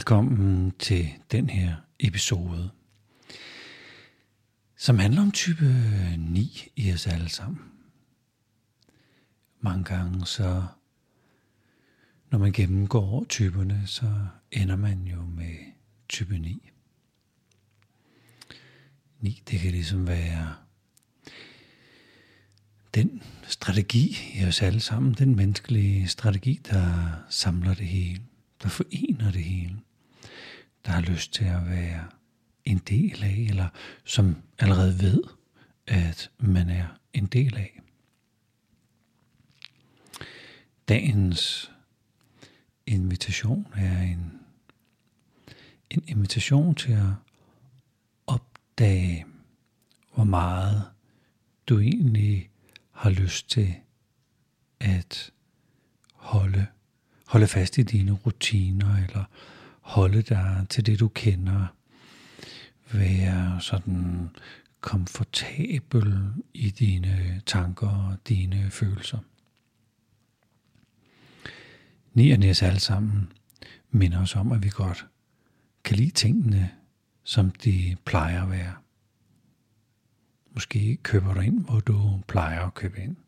Velkommen til den her episode, som handler om type 9 i os alle sammen. Mange gange så, når man gennemgår typerne, så ender man jo med type 9. 9, det kan ligesom være den strategi i os alle sammen, den menneskelige strategi, der samler det hele, der forener det hele, der har lyst til at være en del af, eller som allerede ved, at man er en del af. Dagens invitation er en invitation til at opdage, hvor meget du egentlig har lyst til at holde fast i dine rutiner, eller holde dig til det, du kender. Være sådan komfortabel i dine tanker og dine følelser. Nierne os alle sammen minder os om, at vi godt kan lide tingene, som de plejer at være. Måske køber du ind, hvor du plejer at købe ind.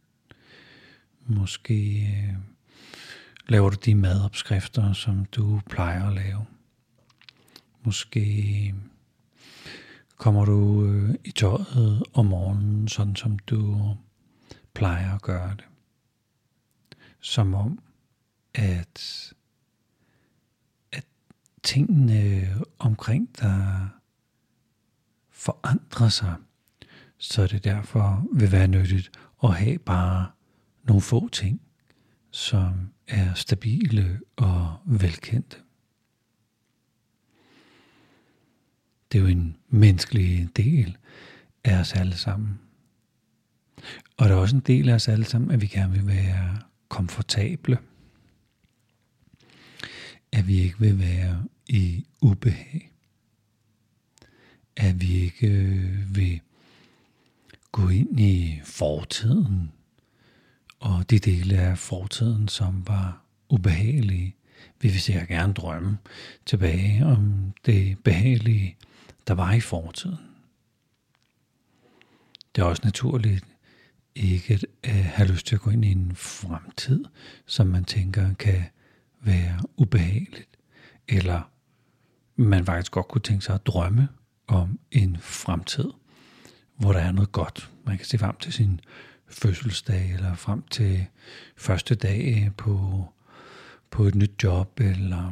Måske laver du de madopskrifter, som du plejer at lave. Måske kommer du i tøjet om morgenen, sådan som du plejer at gøre det. Som om, at tingene omkring dig forandrer sig, så det derfor vil være nyttigt at have bare nogle få ting, som er stabile og velkendte. Det er jo en menneskelig del af os alle sammen. Og der er også en del af os alle sammen, at vi gerne vil være komfortable. At vi ikke vil være i ubehag. At vi ikke vil gå ind i fortiden. Og de dele af fortiden, som var ubehagelige. Vi vil sikkert gerne drømme tilbage om det behagelige, der var i fortiden. Det er også naturligt ikke at have lyst til at gå ind i en fremtid, som man tænker kan være ubehageligt. Eller man faktisk godt kunne tænke sig at drømme om en fremtid, hvor der er noget godt. Man kan se frem til sin fødselsdag, eller frem til første dag på et nyt job. Eller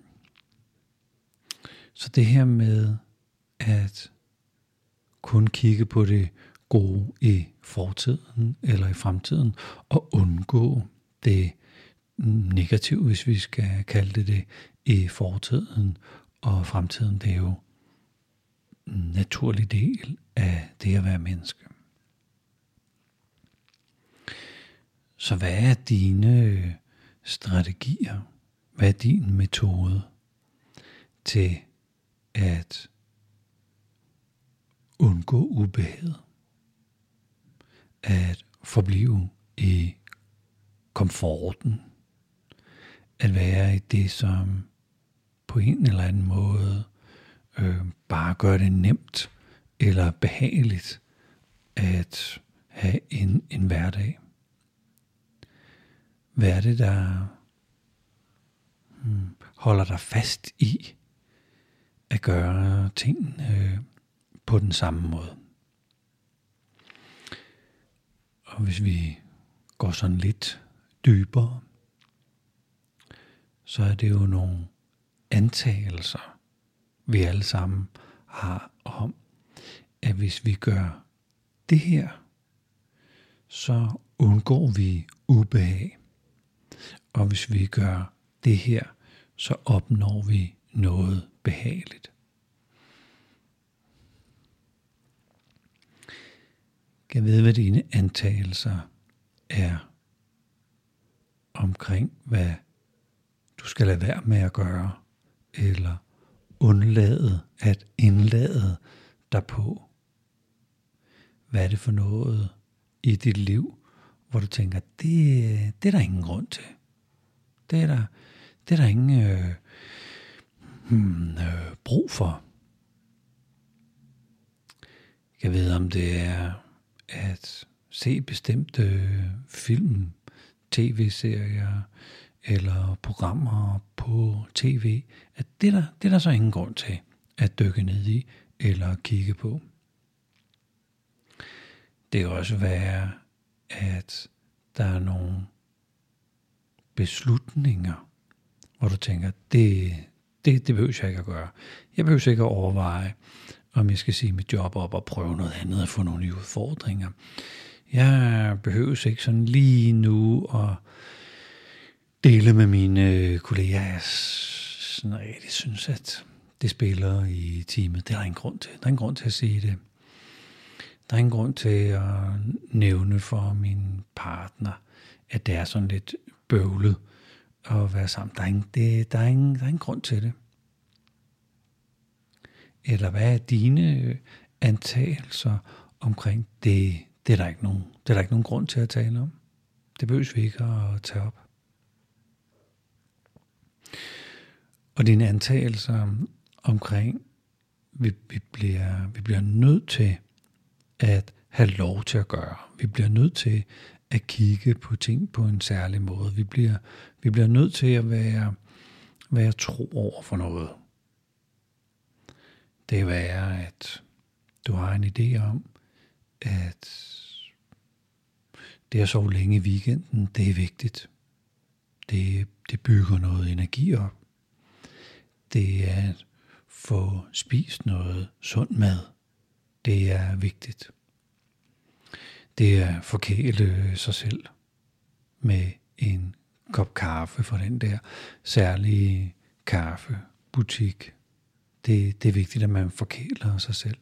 så det her med at kun kigge på det gode i fortiden eller i fremtiden, og undgå det negative, hvis vi skal kalde det i fortiden og fremtiden, det er jo en naturlig del af det at være menneske. Så hvad er dine strategier? Hvad er din metode til at undgå ubehaget? At forblive i komforten? At være i det, som på en eller anden måde bare gør det nemt eller behageligt at have en hverdag? Hvad er det, der holder dig fast i at gøre tingene på den samme måde? Og hvis vi går sådan lidt dybere, så er det jo nogle antagelser, vi alle sammen har om, at hvis vi gør det her, så undgår vi ubehag. Og hvis vi gør det her, så opnår vi noget behageligt. Kan vide, hvad dine antagelser er omkring, hvad du skal lade være med at gøre, eller undlade at indlade dig på. Hvad er det for noget i dit liv, hvor du tænker, det er der ingen grund til. Det er der ingen brug for. Jeg ved, om det er at se bestemte film, tv-serier eller programmer på tv, at det er der så ingen grund til at dykke ned i eller kigge på. Det kan også være, at der er nogle beslutninger, hvor du tænker, det behøver jeg ikke at gøre. Jeg behøver ikke at overveje, om jeg skal sige mit job op og prøve noget andet og få nogle nye udfordringer. Jeg behøver ikke sådan lige nu at dele med mine kolleger, jeg sådan rigtig synes, at det spiller i teamet. Det er der ingen grund til. Der er ingen grund til at sige det. Der er ingen grund til at nævne for min partner, at det er sådan lidt bøvlet at være sammen. Der er ingen grund til det. Eller hvad er dine antagelser omkring det? Det er der ikke nogen grund til at tale om. Det behøver vi ikke at tage op. Og dine antagelser omkring, vi bliver nødt til at have lov til at gøre. Vi bliver nødt til at kigge på ting på en særlig måde. Vi bliver nødt til at være tro over for noget. Det kan være, at du har en idé om, at det at sove længe i weekenden, det er vigtigt. Det bygger noget energi op. Det er at få spist noget sund mad. Det er vigtigt. Det er at forkæle sig selv med en kop kaffe fra den der særlige kaffebutik. Det er vigtigt, at man forkæler sig selv.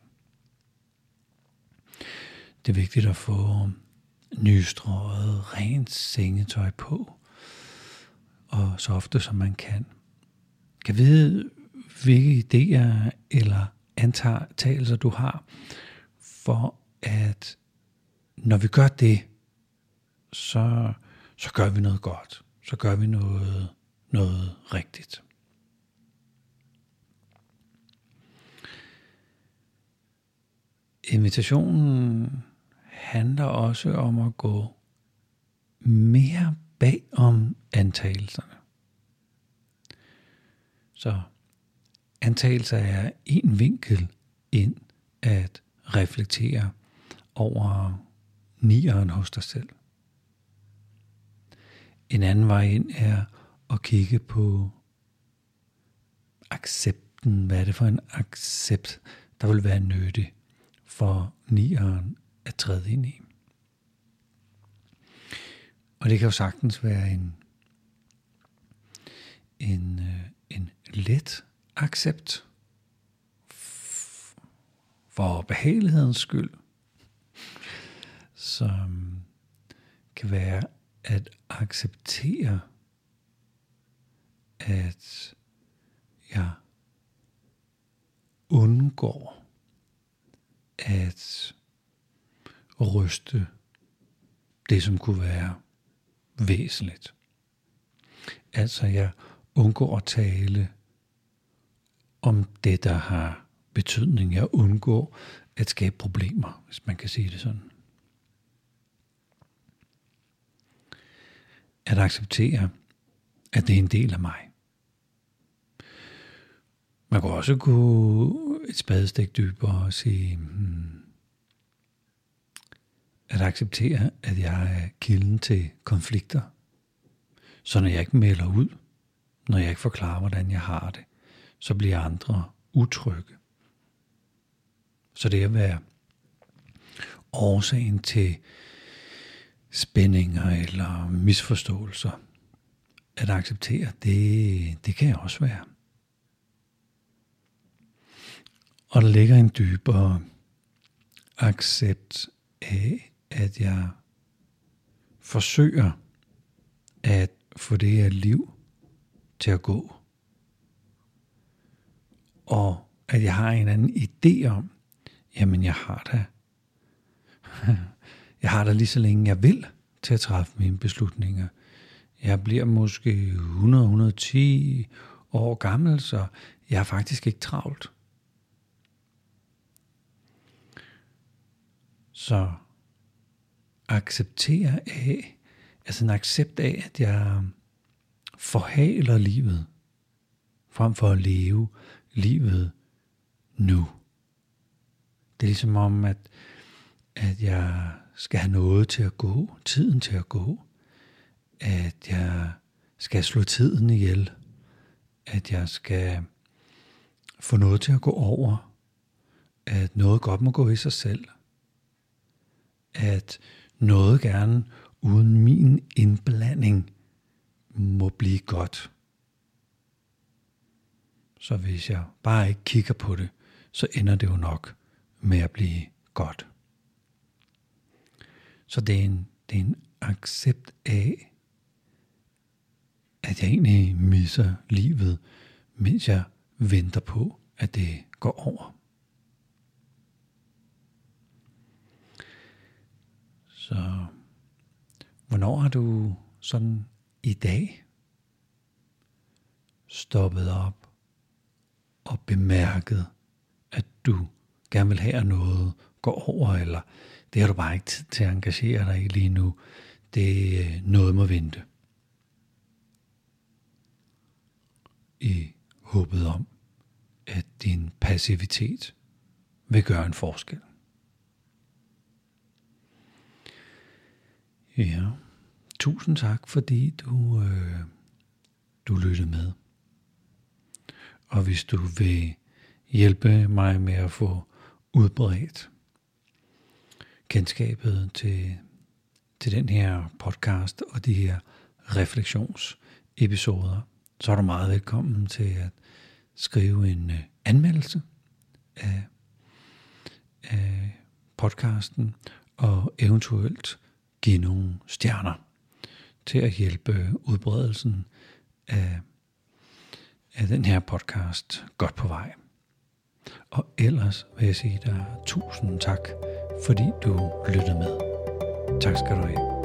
Det er vigtigt at få nystrøget, rent sengetøj på, og så ofte som man kan. Kan vide, hvilke idéer eller antagelser du har, for at når vi gør det, så gør vi noget godt. Så gør vi noget rigtigt. Invitationen handler også om at gå mere bag om antagelserne. Så antagelser er en vinkel ind at reflektere over nieren hos dig selv. En anden vej ind er at kigge på accepten. Hvad er det for en accept, der vil være nyttig for nieren at træde ind i? Og det kan jo sagtens være en let accept for behagelighedens skyld, som kan være at acceptere, at jeg undgår at ryste det, som kunne være væsentligt. Altså jeg undgår at tale om det, der har betydning. Jeg undgår at skabe problemer, hvis man kan sige det sådan. At acceptere, at det er en del af mig. Man kan også gå et spadestik dybere og sige, at acceptere, at jeg er kilden til konflikter. Så når jeg ikke melder ud, når jeg ikke forklarer, hvordan jeg har det, så bliver andre utrygge. Så det at være årsagen til spændinger eller misforståelser, at acceptere, det kan jeg også være. Og der ligger en dybere accept af, at jeg forsøger at få det her liv til at gå. Og at jeg har en anden idé om, jamen jeg har da lige så længe jeg vil til at træffe mine beslutninger. Jeg bliver måske 100-110 år gammel, så jeg har faktisk ikke travlt. Så acceptere af, altså en accept af, at jeg forhaler livet, frem for at leve livet nu. Det er ligesom om, at jeg skal have noget til at gå, tiden til at gå, at jeg skal slå tiden ihjel, at jeg skal få noget til at gå over, at noget godt må gå i sig selv, at noget gerne uden min indblanding må blive godt. Så hvis jeg bare ikke kigger på det, så ender det jo nok med at blive godt. Så det er en accept af, at jeg egentlig misser livet, mens jeg venter på, at det går over. Så hvornår har du sådan i dag stoppet op og bemærket, at du gerne vil have, at noget går over, eller det har du bare ikke tid til at engagere dig i lige nu. Det er noget må vente. I håbet om, at din passivitet vil gøre en forskel. Ja, tusind tak, fordi du lyttede med. Og hvis du vil hjælpe mig med at få udbredt kendskabet til den her podcast og de her refleksionsepisoder, så er du meget velkommen til at skrive en anmeldelse af podcasten og eventuelt give nogle stjerner til at hjælpe udbredelsen af den her podcast godt på vej. Og ellers vil jeg sige dig tusind tak, fordi du lyttede med. Tak skal du have.